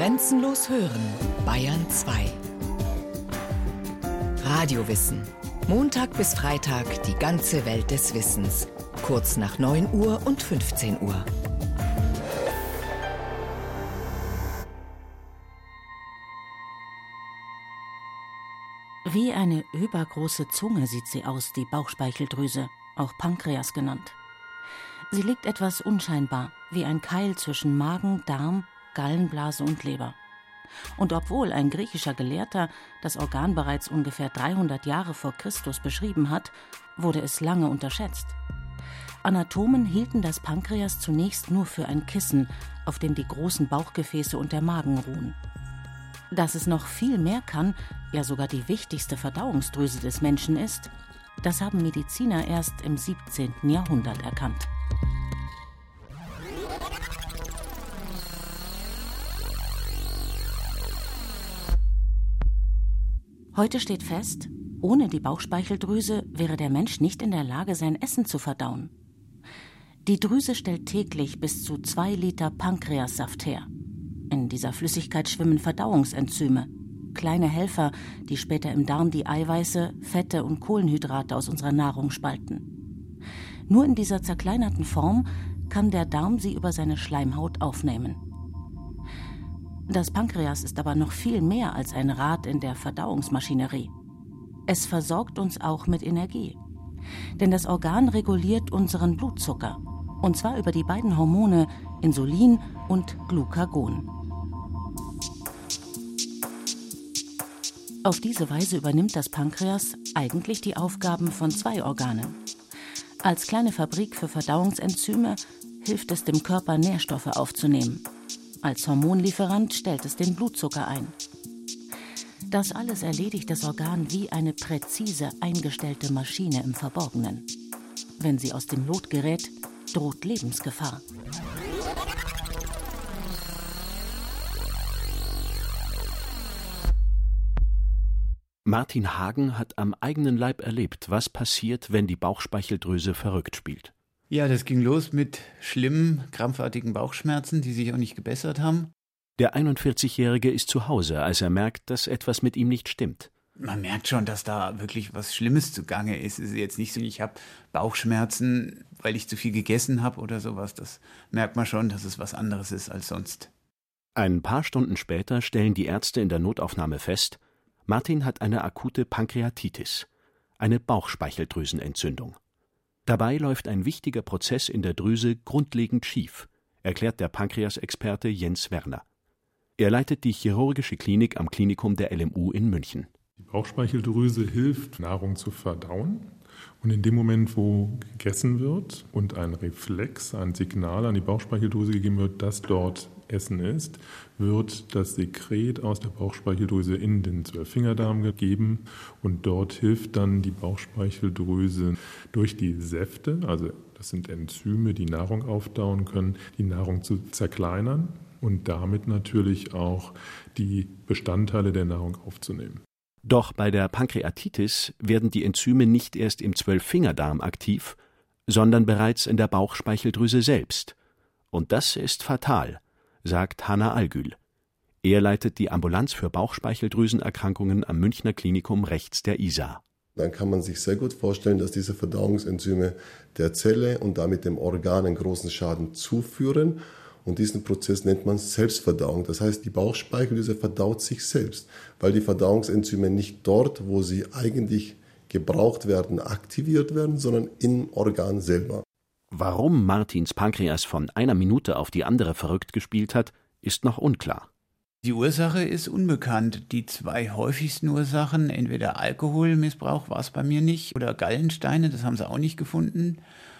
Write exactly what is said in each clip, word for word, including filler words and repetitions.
Grenzenlos hören, Bayern zwei. Radiowissen. Montag bis Freitag die ganze Welt des Wissens. Kurz nach neun Uhr und fünfzehn Uhr. Wie eine übergroße Zunge sieht sie aus, die Bauchspeicheldrüse, auch Pankreas genannt. Sie liegt etwas unscheinbar, wie ein Keil zwischen Magen, Darm, Gallenblase und Leber. Und obwohl ein griechischer Gelehrter das Organ bereits ungefähr dreihundert Jahre vor Christus beschrieben hat, wurde es lange unterschätzt. Anatomen hielten das Pankreas zunächst nur für ein Kissen, auf dem die großen Bauchgefäße und der Magen ruhen. Dass es noch viel mehr kann, ja sogar die wichtigste Verdauungsdrüse des Menschen ist, das haben Mediziner erst im siebzehnten Jahrhundert erkannt. Heute steht fest, ohne die Bauchspeicheldrüse wäre der Mensch nicht in der Lage, sein Essen zu verdauen. Die Drüse stellt täglich bis zu zwei Liter Pankreassaft her. In dieser Flüssigkeit schwimmen Verdauungsenzyme, kleine Helfer, die später im Darm die Eiweiße, Fette und Kohlenhydrate aus unserer Nahrung spalten. Nur in dieser zerkleinerten Form kann der Darm sie über seine Schleimhaut aufnehmen. Das Pankreas ist aber noch viel mehr als ein Rad in der Verdauungsmaschinerie. Es versorgt uns auch mit Energie. Denn das Organ reguliert unseren Blutzucker. Und zwar über die beiden Hormone Insulin und Glucagon. Auf diese Weise übernimmt das Pankreas eigentlich die Aufgaben von zwei Organen. Als kleine Fabrik für Verdauungsenzyme hilft es dem Körper, Nährstoffe aufzunehmen. Als Hormonlieferant stellt es den Blutzucker ein. Das alles erledigt das Organ wie eine präzise eingestellte Maschine im Verborgenen. Wenn sie aus dem Lot gerät, droht Lebensgefahr. Martin Hagen hat am eigenen Leib erlebt, was passiert, wenn die Bauchspeicheldrüse verrückt spielt. Ja, das ging los mit schlimmen, krampfartigen Bauchschmerzen, die sich auch nicht gebessert haben. Der einundvierzigjährige ist zu Hause, als er merkt, dass etwas mit ihm nicht stimmt. Man merkt schon, dass da wirklich was Schlimmes zugange ist. Es ist jetzt nicht so, ich habe Bauchschmerzen, weil ich zu viel gegessen habe oder sowas. Das merkt man schon, dass es was anderes ist als sonst. Ein paar Stunden später stellen die Ärzte in der Notaufnahme fest, Martin hat eine akute Pankreatitis, eine Bauchspeicheldrüsenentzündung. Dabei läuft ein wichtiger Prozess in der Drüse grundlegend schief, erklärt der Pankreasexperte Jens Werner. Er leitet die chirurgische Klinik am Klinikum der L M U in München. Die Bauchspeicheldrüse hilft, Nahrung zu verdauen. Und in dem Moment, wo gegessen wird und ein Reflex, ein Signal an die Bauchspeicheldrüse gegeben wird, dass dort Essen ist, wird das Sekret aus der Bauchspeicheldrüse in den Zwölffingerdarm gegeben. Und dort hilft dann die Bauchspeicheldrüse durch die Säfte, also das sind Enzyme, die Nahrung auftauen können, die Nahrung zu zerkleinern und damit natürlich auch die Bestandteile der Nahrung aufzunehmen. Doch bei der Pankreatitis werden die Enzyme nicht erst im Zwölffingerdarm aktiv, sondern bereits in der Bauchspeicheldrüse selbst. Und das ist fatal, sagt Hanna Allgül. Er leitet die Ambulanz für Bauchspeicheldrüsenerkrankungen am Münchner Klinikum rechts der Isar. Dann kann man sich sehr gut vorstellen, dass diese Verdauungsenzyme der Zelle und damit dem Organ einen großen Schaden zuführen. Und diesen Prozess nennt man Selbstverdauung. Das heißt, die Bauchspeicheldrüse verdaut sich selbst, weil die Verdauungsenzyme nicht dort, wo sie eigentlich gebraucht werden, aktiviert werden, sondern im Organ selber. Warum Martins Pankreas von einer Minute auf die andere verrückt gespielt hat, ist noch unklar. Die Ursache ist unbekannt. Die zwei häufigsten Ursachen, entweder Alkoholmissbrauch war es bei mir nicht oder Gallensteine, das haben sie auch nicht gefunden.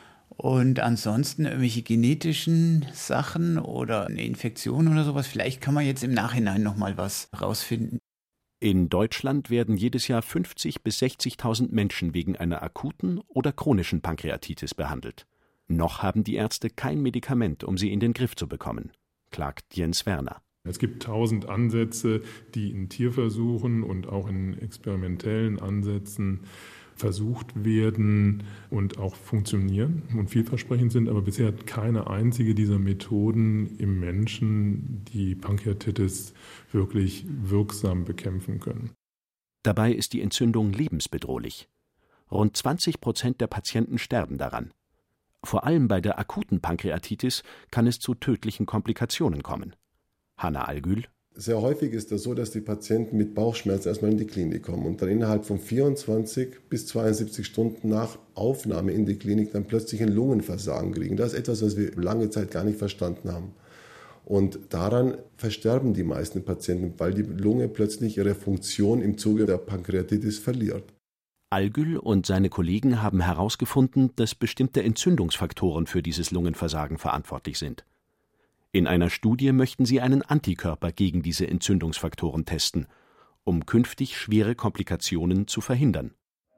Und ansonsten irgendwelche genetischen Sachen oder eine Infektion oder sowas. Vielleicht kann man jetzt im Nachhinein nochmal was rausfinden. In Deutschland werden jedes Jahr fünfzigtausend bis sechzigtausend Menschen wegen einer akuten oder chronischen Pankreatitis behandelt. Noch haben die Ärzte kein Medikament, um sie in den Griff zu bekommen, klagt Jens Werner. Es gibt tausend Ansätze, die in Tierversuchen und auch in experimentellen Ansätzen versucht werden und auch funktionieren und vielversprechend sind, aber bisher hat keine einzige dieser Methoden im Menschen die Pankreatitis wirklich wirksam bekämpfen können. Dabei ist die Entzündung lebensbedrohlich. Rund zwanzig Prozent der Patienten sterben daran. Vor allem bei der akuten Pankreatitis kann es zu tödlichen Komplikationen kommen. Hanna Algül: Sehr häufig ist das so, dass die Patienten mit Bauchschmerzen erstmal in die Klinik kommen und dann innerhalb von vierundzwanzig bis zweiundsiebzig Stunden nach Aufnahme in die Klinik dann plötzlich ein Lungenversagen kriegen. Das ist etwas, was wir lange Zeit gar nicht verstanden haben. Und daran versterben die meisten Patienten, weil die Lunge plötzlich ihre Funktion im Zuge der Pankreatitis verliert. Algül und seine Kollegen haben herausgefunden, dass bestimmte Entzündungsfaktoren für dieses Lungenversagen verantwortlich sind. In einer Studie möchten sie einen Antikörper gegen diese Entzündungsfaktoren testen, um künftig schwere Komplikationen zu verhindern.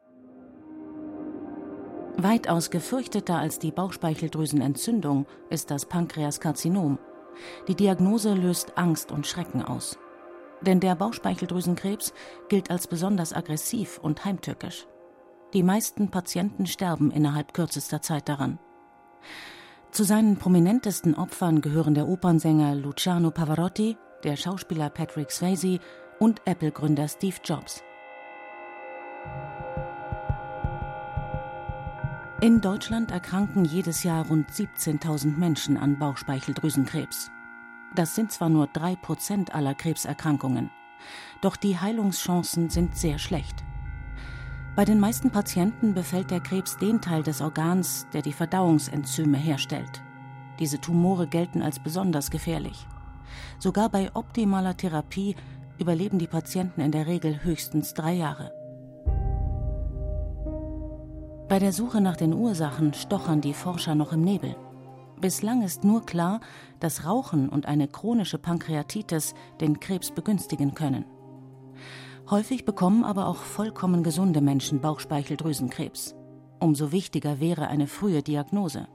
Weitaus gefürchteter als die Bauchspeicheldrüsenentzündung ist das Pankreaskarzinom. Die Diagnose löst Angst und Schrecken aus. Denn der Bauchspeicheldrüsenkrebs gilt als besonders aggressiv und heimtückisch. Die meisten Patienten sterben innerhalb kürzester Zeit daran. Zu seinen prominentesten Opfern gehören der Opernsänger Luciano Pavarotti, der Schauspieler Patrick Swayze und Apple-Gründer Steve Jobs. In Deutschland erkranken jedes Jahr rund siebzehntausend Menschen an Bauchspeicheldrüsenkrebs. Das sind zwar nur drei Prozent aller Krebserkrankungen, doch die Heilungschancen sind sehr schlecht. Bei den meisten Patienten befällt der Krebs den Teil des Organs, der die Verdauungsenzyme herstellt. Diese Tumore gelten als besonders gefährlich. Sogar bei optimaler Therapie überleben die Patienten in der Regel höchstens drei Jahre. Bei der Suche nach den Ursachen stochern die Forscher noch im Nebel. Bislang ist nur klar, dass Rauchen und eine chronische Pankreatitis den Krebs begünstigen können. Häufig bekommen aber auch vollkommen gesunde Menschen Bauchspeicheldrüsenkrebs. Umso wichtiger wäre eine frühe Diagnose.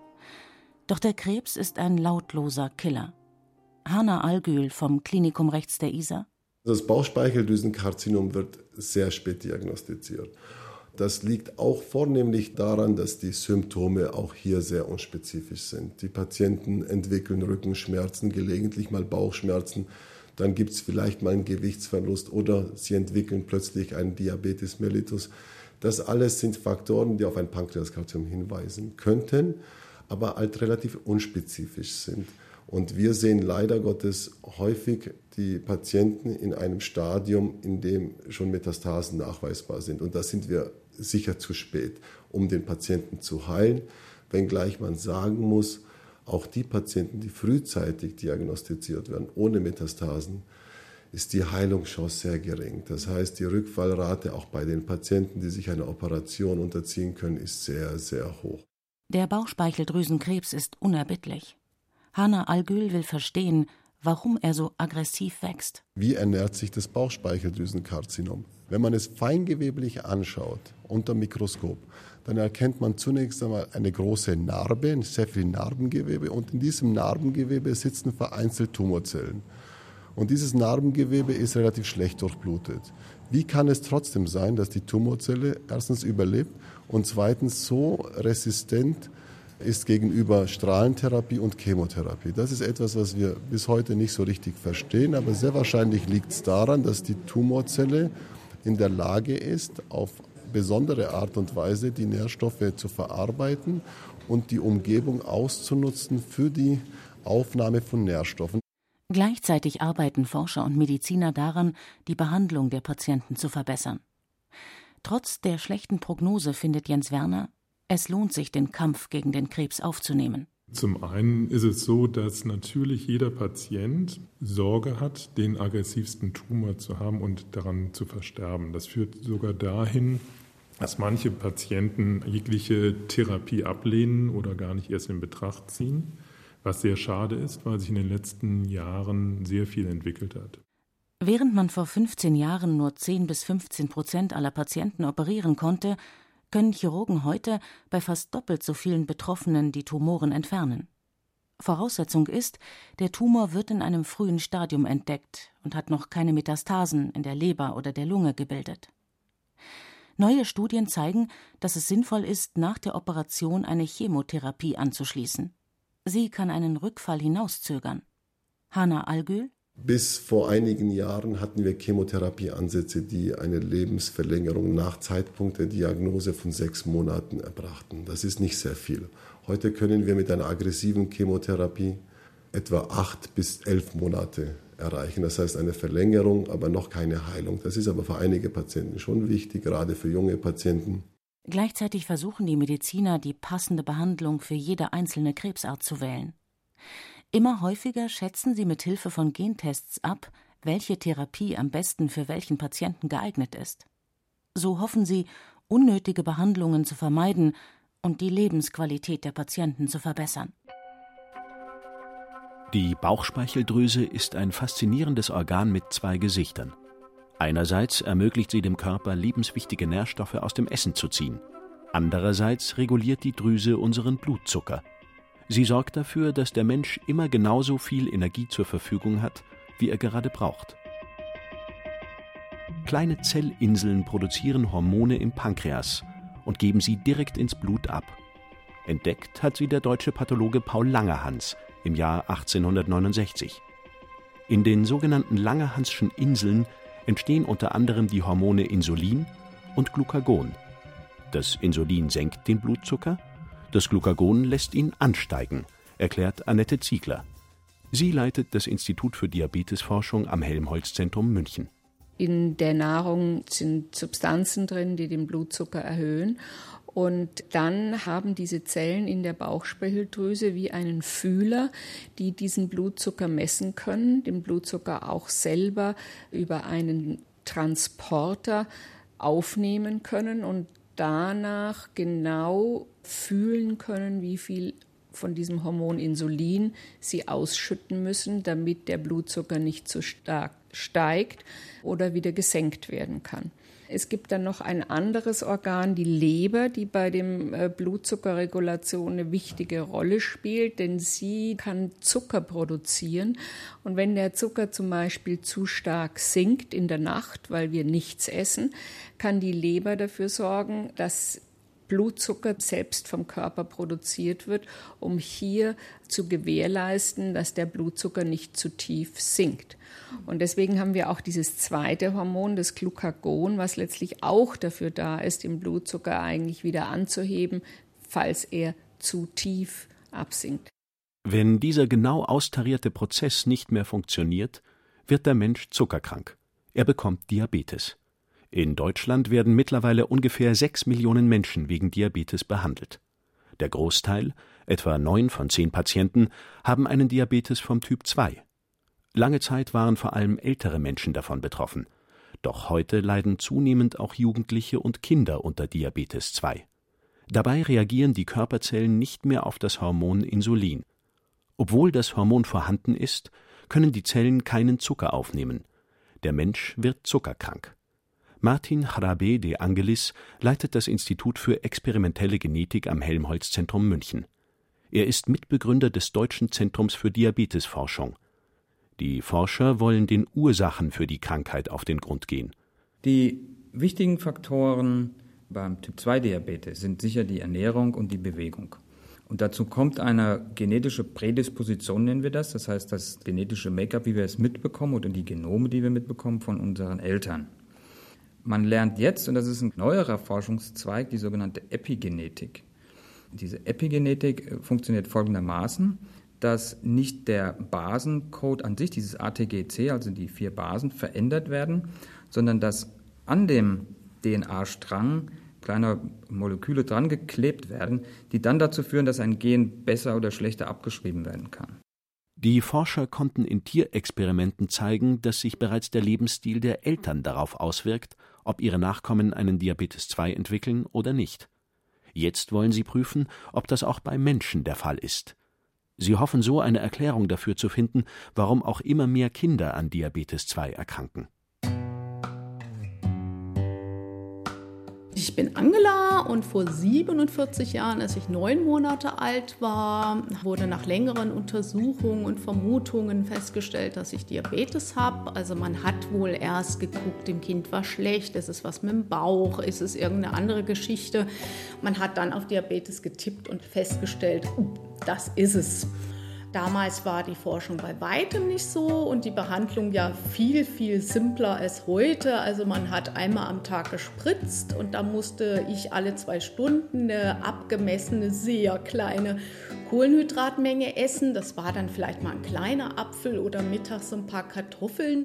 Doch der Krebs ist ein lautloser Killer. Hanna Algül vom Klinikum rechts der Isar: Das Bauchspeicheldrüsenkarzinom wird sehr spät diagnostiziert. Das liegt auch vornehmlich daran, dass die Symptome auch hier sehr unspezifisch sind. Die Patienten entwickeln Rückenschmerzen, gelegentlich mal Bauchschmerzen. Dann gibt es vielleicht mal einen Gewichtsverlust oder sie entwickeln plötzlich einen Diabetes mellitus. Das alles sind Faktoren, die auf ein Pankreaskarzinom hinweisen könnten, aber halt relativ unspezifisch sind. Und wir sehen leider Gottes häufig die Patienten in einem Stadium, in dem schon Metastasen nachweisbar sind. Und da sind wir sicher zu spät, um den Patienten zu heilen, wenngleich man sagen muss, auch die Patienten, die frühzeitig diagnostiziert werden, ohne Metastasen, ist die Heilungschance sehr gering. Das heißt, die Rückfallrate auch bei den Patienten, die sich einer Operation unterziehen können, ist sehr, sehr hoch. Der Bauchspeicheldrüsenkrebs ist unerbittlich. Hanna Algül will verstehen, warum er so aggressiv wächst. Wie ernährt sich das Bauchspeicheldrüsenkarzinom? Wenn man es feingeweblich anschaut, unter Mikroskop, dann erkennt man zunächst einmal eine große Narbe, sehr viel Narbengewebe, und in diesem Narbengewebe sitzen vereinzelt Tumorzellen. Und dieses Narbengewebe ist relativ schlecht durchblutet. Wie kann es trotzdem sein, dass die Tumorzelle erstens überlebt und zweitens so resistent ist gegenüber Strahlentherapie und Chemotherapie? Das ist etwas, was wir bis heute nicht so richtig verstehen, aber sehr wahrscheinlich liegt es daran, dass die Tumorzelle in der Lage ist, auf besondere Art und Weise die Nährstoffe zu verarbeiten und die Umgebung auszunutzen für die Aufnahme von Nährstoffen. Gleichzeitig arbeiten Forscher und Mediziner daran, die Behandlung der Patienten zu verbessern. Trotz der schlechten Prognose findet Jens Werner, es lohnt sich, den Kampf gegen den Krebs aufzunehmen. Zum einen ist es so, dass natürlich jeder Patient Sorge hat, den aggressivsten Tumor zu haben und daran zu versterben. Das führt sogar dahin, dass manche Patienten jegliche Therapie ablehnen oder gar nicht erst in Betracht ziehen, was sehr schade ist, weil sich in den letzten Jahren sehr viel entwickelt hat. Während man vor fünfzehn Jahren nur zehn bis fünfzehn Prozent aller Patienten operieren konnte, können Chirurgen heute bei fast doppelt so vielen Betroffenen die Tumoren entfernen. Voraussetzung ist, der Tumor wird in einem frühen Stadium entdeckt und hat noch keine Metastasen in der Leber oder der Lunge gebildet. Neue Studien zeigen, dass es sinnvoll ist, nach der Operation eine Chemotherapie anzuschließen. Sie kann einen Rückfall hinauszögern. Hanna Algül: Bis vor einigen Jahren hatten wir Chemotherapieansätze, die eine Lebensverlängerung nach Zeitpunkt der Diagnose von sechs Monaten erbrachten. Das ist nicht sehr viel. Heute können wir mit einer aggressiven Chemotherapie etwa acht bis elf Monate erreichen. Das heißt eine Verlängerung, aber noch keine Heilung. Das ist aber für einige Patienten schon wichtig, gerade für junge Patienten. Gleichzeitig versuchen die Mediziner, die passende Behandlung für jede einzelne Krebsart zu wählen. Immer häufiger schätzen sie mit Hilfe von Gentests ab, welche Therapie am besten für welchen Patienten geeignet ist. So hoffen sie, unnötige Behandlungen zu vermeiden und die Lebensqualität der Patienten zu verbessern. Die Bauchspeicheldrüse ist ein faszinierendes Organ mit zwei Gesichtern. Einerseits ermöglicht sie dem Körper, lebenswichtige Nährstoffe aus dem Essen zu ziehen. Andererseits reguliert die Drüse unseren Blutzucker. Sie sorgt dafür, dass der Mensch immer genauso viel Energie zur Verfügung hat, wie er gerade braucht. Kleine Zellinseln produzieren Hormone im Pankreas und geben sie direkt ins Blut ab. Entdeckt hat sie der deutsche Pathologe Paul Langerhans im Jahr achtzehnhundertneunundsechzig. In den sogenannten Langerhanschen Inseln entstehen unter anderem die Hormone Insulin und Glucagon. Das Insulin senkt den Blutzucker, das Glucagon lässt ihn ansteigen, erklärt Annette Ziegler. Sie leitet das Institut für Diabetesforschung am Helmholtz-Zentrum München. In der Nahrung sind Substanzen drin, die den Blutzucker erhöhen. Und dann haben diese Zellen in der Bauchspeicheldrüse wie einen Fühler, die diesen Blutzucker messen können, den Blutzucker auch selber über einen Transporter aufnehmen können und danach genau fühlen können, wie viel von diesem Hormon Insulin sie ausschütten müssen, damit der Blutzucker nicht zu stark steigt oder wieder gesenkt werden kann. Es gibt dann noch ein anderes Organ, die Leber, die bei der Blutzuckerregulation eine wichtige Rolle spielt, denn sie kann Zucker produzieren. Und wenn der Zucker zum Beispiel zu stark sinkt in der Nacht, weil wir nichts essen, kann die Leber dafür sorgen, dass Blutzucker selbst vom Körper produziert wird, um hier zu gewährleisten, dass der Blutzucker nicht zu tief sinkt. Und deswegen haben wir auch dieses zweite Hormon, das Glucagon, was letztlich auch dafür da ist, den Blutzucker eigentlich wieder anzuheben, falls er zu tief absinkt. Wenn dieser genau austarierte Prozess nicht mehr funktioniert, wird der Mensch zuckerkrank. Er bekommt Diabetes. In Deutschland werden mittlerweile ungefähr sechs Millionen Menschen wegen Diabetes behandelt. Der Großteil, etwa neun von zehn Patienten, haben einen Diabetes vom Typ zwei. Lange Zeit waren vor allem ältere Menschen davon betroffen. Doch heute leiden zunehmend auch Jugendliche und Kinder unter Diabetes zwei. Dabei reagieren die Körperzellen nicht mehr auf das Hormon Insulin. Obwohl das Hormon vorhanden ist, können die Zellen keinen Zucker aufnehmen. Der Mensch wird zuckerkrank. Martin Jarabe de Angelis leitet das Institut für experimentelle Genetik am Helmholtz-Zentrum München. Er ist Mitbegründer des Deutschen Zentrums für Diabetesforschung. Die Forscher wollen den Ursachen für die Krankheit auf den Grund gehen. Die wichtigen Faktoren beim Typ zwei Diabetes sind sicher die Ernährung und die Bewegung. Und dazu kommt eine genetische Prädisposition, nennen wir das. Das heißt, das genetische Make-up, wie wir es mitbekommen, oder die Genome, die wir mitbekommen von unseren Eltern. Man lernt jetzt, und das ist ein neuerer Forschungszweig, die sogenannte Epigenetik. Diese Epigenetik funktioniert folgendermaßen, dass nicht der Basencode an sich, dieses A T G C, also die vier Basen, verändert werden, sondern dass an dem D N A-Strang kleine Moleküle dran geklebt werden, die dann dazu führen, dass ein Gen besser oder schlechter abgeschrieben werden kann. Die Forscher konnten in Tierexperimenten zeigen, dass sich bereits der Lebensstil der Eltern darauf auswirkt, ob ihre Nachkommen einen Diabetes zwei entwickeln oder nicht. Jetzt wollen sie prüfen, ob das auch bei Menschen der Fall ist. Sie hoffen so, eine Erklärung dafür zu finden, warum auch immer mehr Kinder an Diabetes zwei erkranken. Ich bin Angela und vor siebenundvierzig Jahren, als ich neun Monate alt war, wurde nach längeren Untersuchungen und Vermutungen festgestellt, dass ich Diabetes habe. Also man hat wohl erst geguckt, dem Kind war schlecht, ist es was mit dem Bauch, ist es irgendeine andere Geschichte. Man hat dann auf Diabetes getippt und festgestellt, das ist es. Damals war die Forschung bei weitem nicht so und die Behandlung ja viel, viel simpler als heute. Also man hat einmal am Tag gespritzt und da musste ich alle zwei Stunden eine abgemessene, sehr kleine Kohlenhydratmenge essen. Das war dann vielleicht mal ein kleiner Apfel oder mittags ein paar Kartoffeln.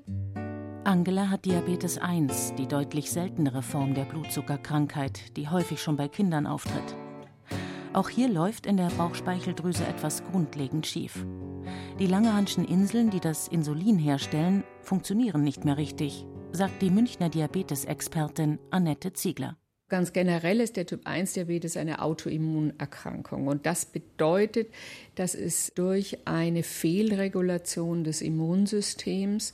Angela hat Diabetes eins, die deutlich seltenere Form der Blutzuckerkrankheit, die häufig schon bei Kindern auftritt. Auch hier läuft in der Bauchspeicheldrüse etwas grundlegend schief. Die Langerhanschen Inseln, die das Insulin herstellen, funktionieren nicht mehr richtig, sagt die Münchner Diabetesexpertin Annette Ziegler. Ganz generell ist der Typ eins Diabetes eine Autoimmunerkrankung und das bedeutet, dass es durch eine Fehlregulation des Immunsystems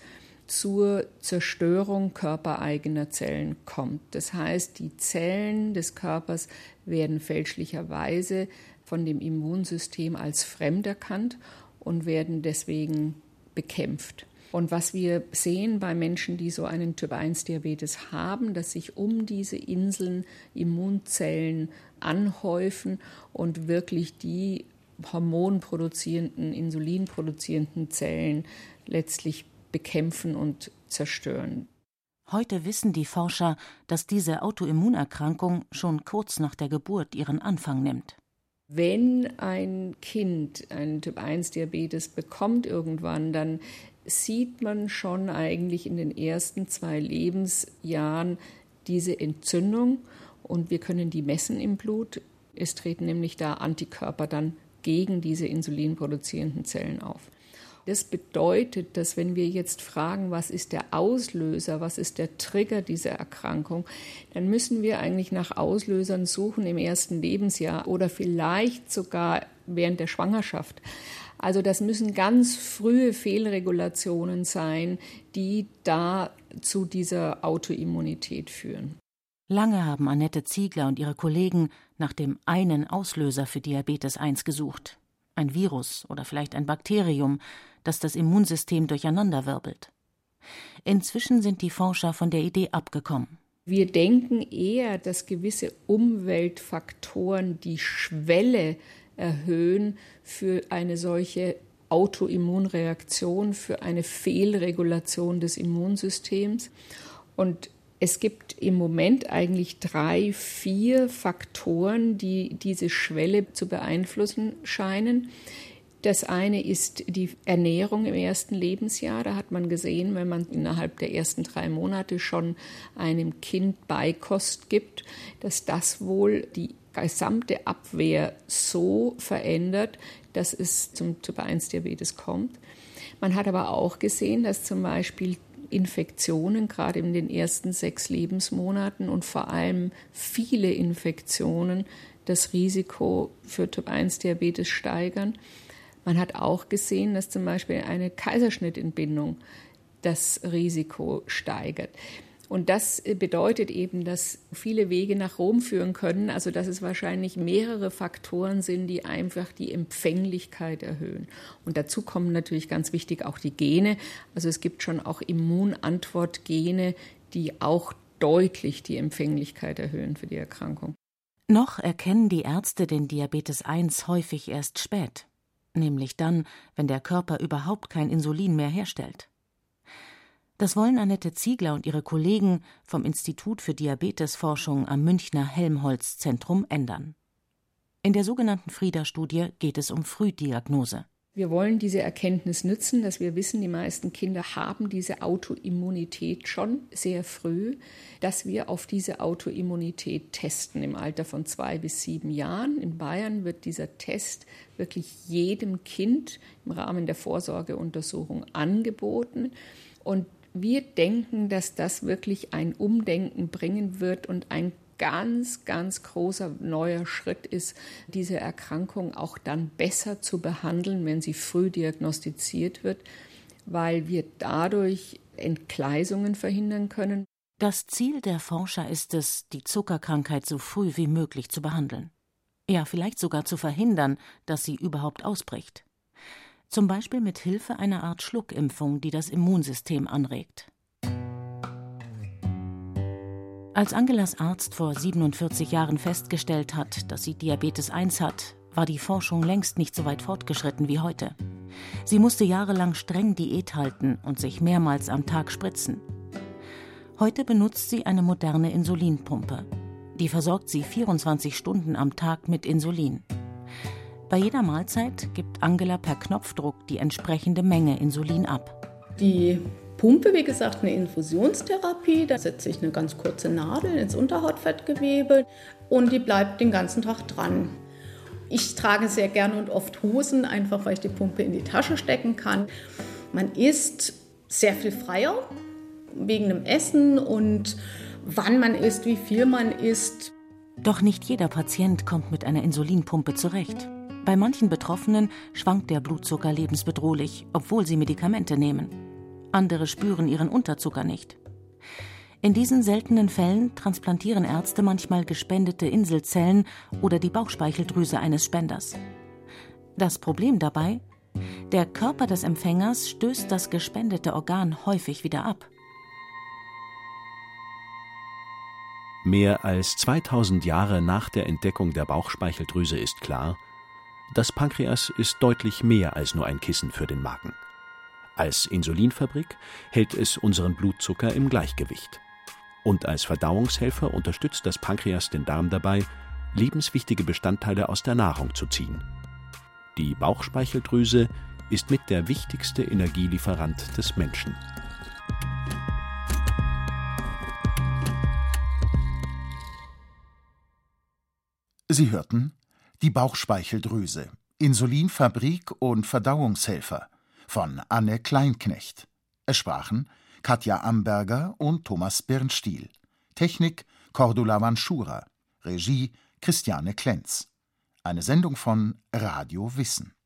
zur Zerstörung körpereigener Zellen kommt. Das heißt, die Zellen des Körpers werden fälschlicherweise von dem Immunsystem als fremd erkannt und werden deswegen bekämpft. Und was wir sehen bei Menschen, die so einen Typ eins Diabetes haben, dass sich um diese Inseln Immunzellen anhäufen und wirklich die hormonproduzierenden, insulinproduzierenden Zellen letztlich bekämpfen und zerstören. Heute wissen die Forscher, dass diese Autoimmunerkrankung schon kurz nach der Geburt ihren Anfang nimmt. Wenn ein Kind einen Typ eins Diabetes bekommt irgendwann, dann sieht man schon eigentlich in den ersten zwei Lebensjahren diese Entzündung und wir können die messen im Blut. Es treten nämlich da Antikörper dann gegen diese insulinproduzierenden Zellen auf. Das bedeutet, dass wenn wir jetzt fragen, was ist der Auslöser, was ist der Trigger dieser Erkrankung, dann müssen wir eigentlich nach Auslösern suchen im ersten Lebensjahr oder vielleicht sogar während der Schwangerschaft. Also das müssen ganz frühe Fehlregulationen sein, die da zu dieser Autoimmunität führen. Lange haben Annette Ziegler und ihre Kollegen nach dem einen Auslöser für Diabetes eins gesucht. Ein Virus oder vielleicht ein Bakterium, das das Immunsystem durcheinanderwirbelt. Inzwischen sind die Forscher von der Idee abgekommen. Wir denken eher, dass gewisse Umweltfaktoren die Schwelle erhöhen für eine solche Autoimmunreaktion, für eine Fehlregulation des Immunsystems. Und es gibt im Moment eigentlich drei, vier Faktoren, die diese Schwelle zu beeinflussen scheinen. Das eine ist die Ernährung im ersten Lebensjahr. Da hat man gesehen, wenn man innerhalb der ersten drei Monate schon einem Kind Beikost gibt, dass das wohl die gesamte Abwehr so verändert, dass es zum Typ eins Diabetes kommt. Man hat aber auch gesehen, dass zum Beispiel Infektionen, gerade in den ersten sechs Lebensmonaten und vor allem viele Infektionen, das Risiko für Typ eins Diabetes steigern. Man hat auch gesehen, dass zum Beispiel eine Kaiserschnittentbindung das Risiko steigert. Und das bedeutet eben, dass viele Wege nach Rom führen können, also dass es wahrscheinlich mehrere Faktoren sind, die einfach die Empfänglichkeit erhöhen. Und dazu kommen natürlich ganz wichtig auch die Gene. Also es gibt schon auch Immunantwortgene, die auch deutlich die Empfänglichkeit erhöhen für die Erkrankung. Noch erkennen die Ärzte den Diabetes eins häufig erst spät, nämlich dann, wenn der Körper überhaupt kein Insulin mehr herstellt. Das wollen Annette Ziegler und ihre Kollegen vom Institut für Diabetesforschung am Münchner Helmholtz-Zentrum ändern. In der sogenannten Frida-Studie geht es um Frühdiagnose. Wir wollen diese Erkenntnis nutzen, dass wir wissen, die meisten Kinder haben diese Autoimmunität schon sehr früh, dass wir auf diese Autoimmunität testen im Alter von zwei bis sieben Jahren. In Bayern wird dieser Test wirklich jedem Kind im Rahmen der Vorsorgeuntersuchung angeboten. Und wir denken, dass das wirklich ein Umdenken bringen wird und ein ganz, ganz großer neuer Schritt ist, diese Erkrankung auch dann besser zu behandeln, wenn sie früh diagnostiziert wird, weil wir dadurch Entgleisungen verhindern können. Das Ziel der Forscher ist es, die Zuckerkrankheit so früh wie möglich zu behandeln. Ja, vielleicht sogar zu verhindern, dass sie überhaupt ausbricht. Zum Beispiel mit Hilfe einer Art Schluckimpfung, die das Immunsystem anregt. Als Angelas Arzt vor siebenundvierzig Jahren festgestellt hat, dass sie Diabetes eins hat, war die Forschung längst nicht so weit fortgeschritten wie heute. Sie musste jahrelang streng Diät halten und sich mehrmals am Tag spritzen. Heute benutzt sie eine moderne Insulinpumpe. Die versorgt sie vierundzwanzig Stunden am Tag mit Insulin. Bei jeder Mahlzeit gibt Angela per Knopfdruck die entsprechende Menge Insulin ab. Die Pumpe, wie gesagt, eine Infusionstherapie. Da setze ich eine ganz kurze Nadel ins Unterhautfettgewebe und die bleibt den ganzen Tag dran. Ich trage sehr gerne und oft Hosen, einfach weil ich die Pumpe in die Tasche stecken kann. Man isst sehr viel freier wegen dem Essen und wann man isst, wie viel man isst. Doch nicht jeder Patient kommt mit einer Insulinpumpe zurecht. Bei manchen Betroffenen schwankt der Blutzucker lebensbedrohlich, obwohl sie Medikamente nehmen. Andere spüren ihren Unterzucker nicht. In diesen seltenen Fällen transplantieren Ärzte manchmal gespendete Inselzellen oder die Bauchspeicheldrüse eines Spenders. Das Problem dabei? Der Körper des Empfängers stößt das gespendete Organ häufig wieder ab. Mehr als zweitausend Jahre nach der Entdeckung der Bauchspeicheldrüse ist klar, das Pankreas ist deutlich mehr als nur ein Kissen für den Magen. Als Insulinfabrik hält es unseren Blutzucker im Gleichgewicht. Und als Verdauungshelfer unterstützt das Pankreas den Darm dabei, lebenswichtige Bestandteile aus der Nahrung zu ziehen. Die Bauchspeicheldrüse ist mit der wichtigste Energielieferant des Menschen. Sie hörten Die Bauchspeicheldrüse, Insulinfabrik und Verdauungshelfer von Anne Kleinknecht. Es sprachen Katja Amberger und Thomas Birnstiel. Technik Cordula Vanschura. Regie Christiane Klenz. Eine Sendung von Radio Wissen.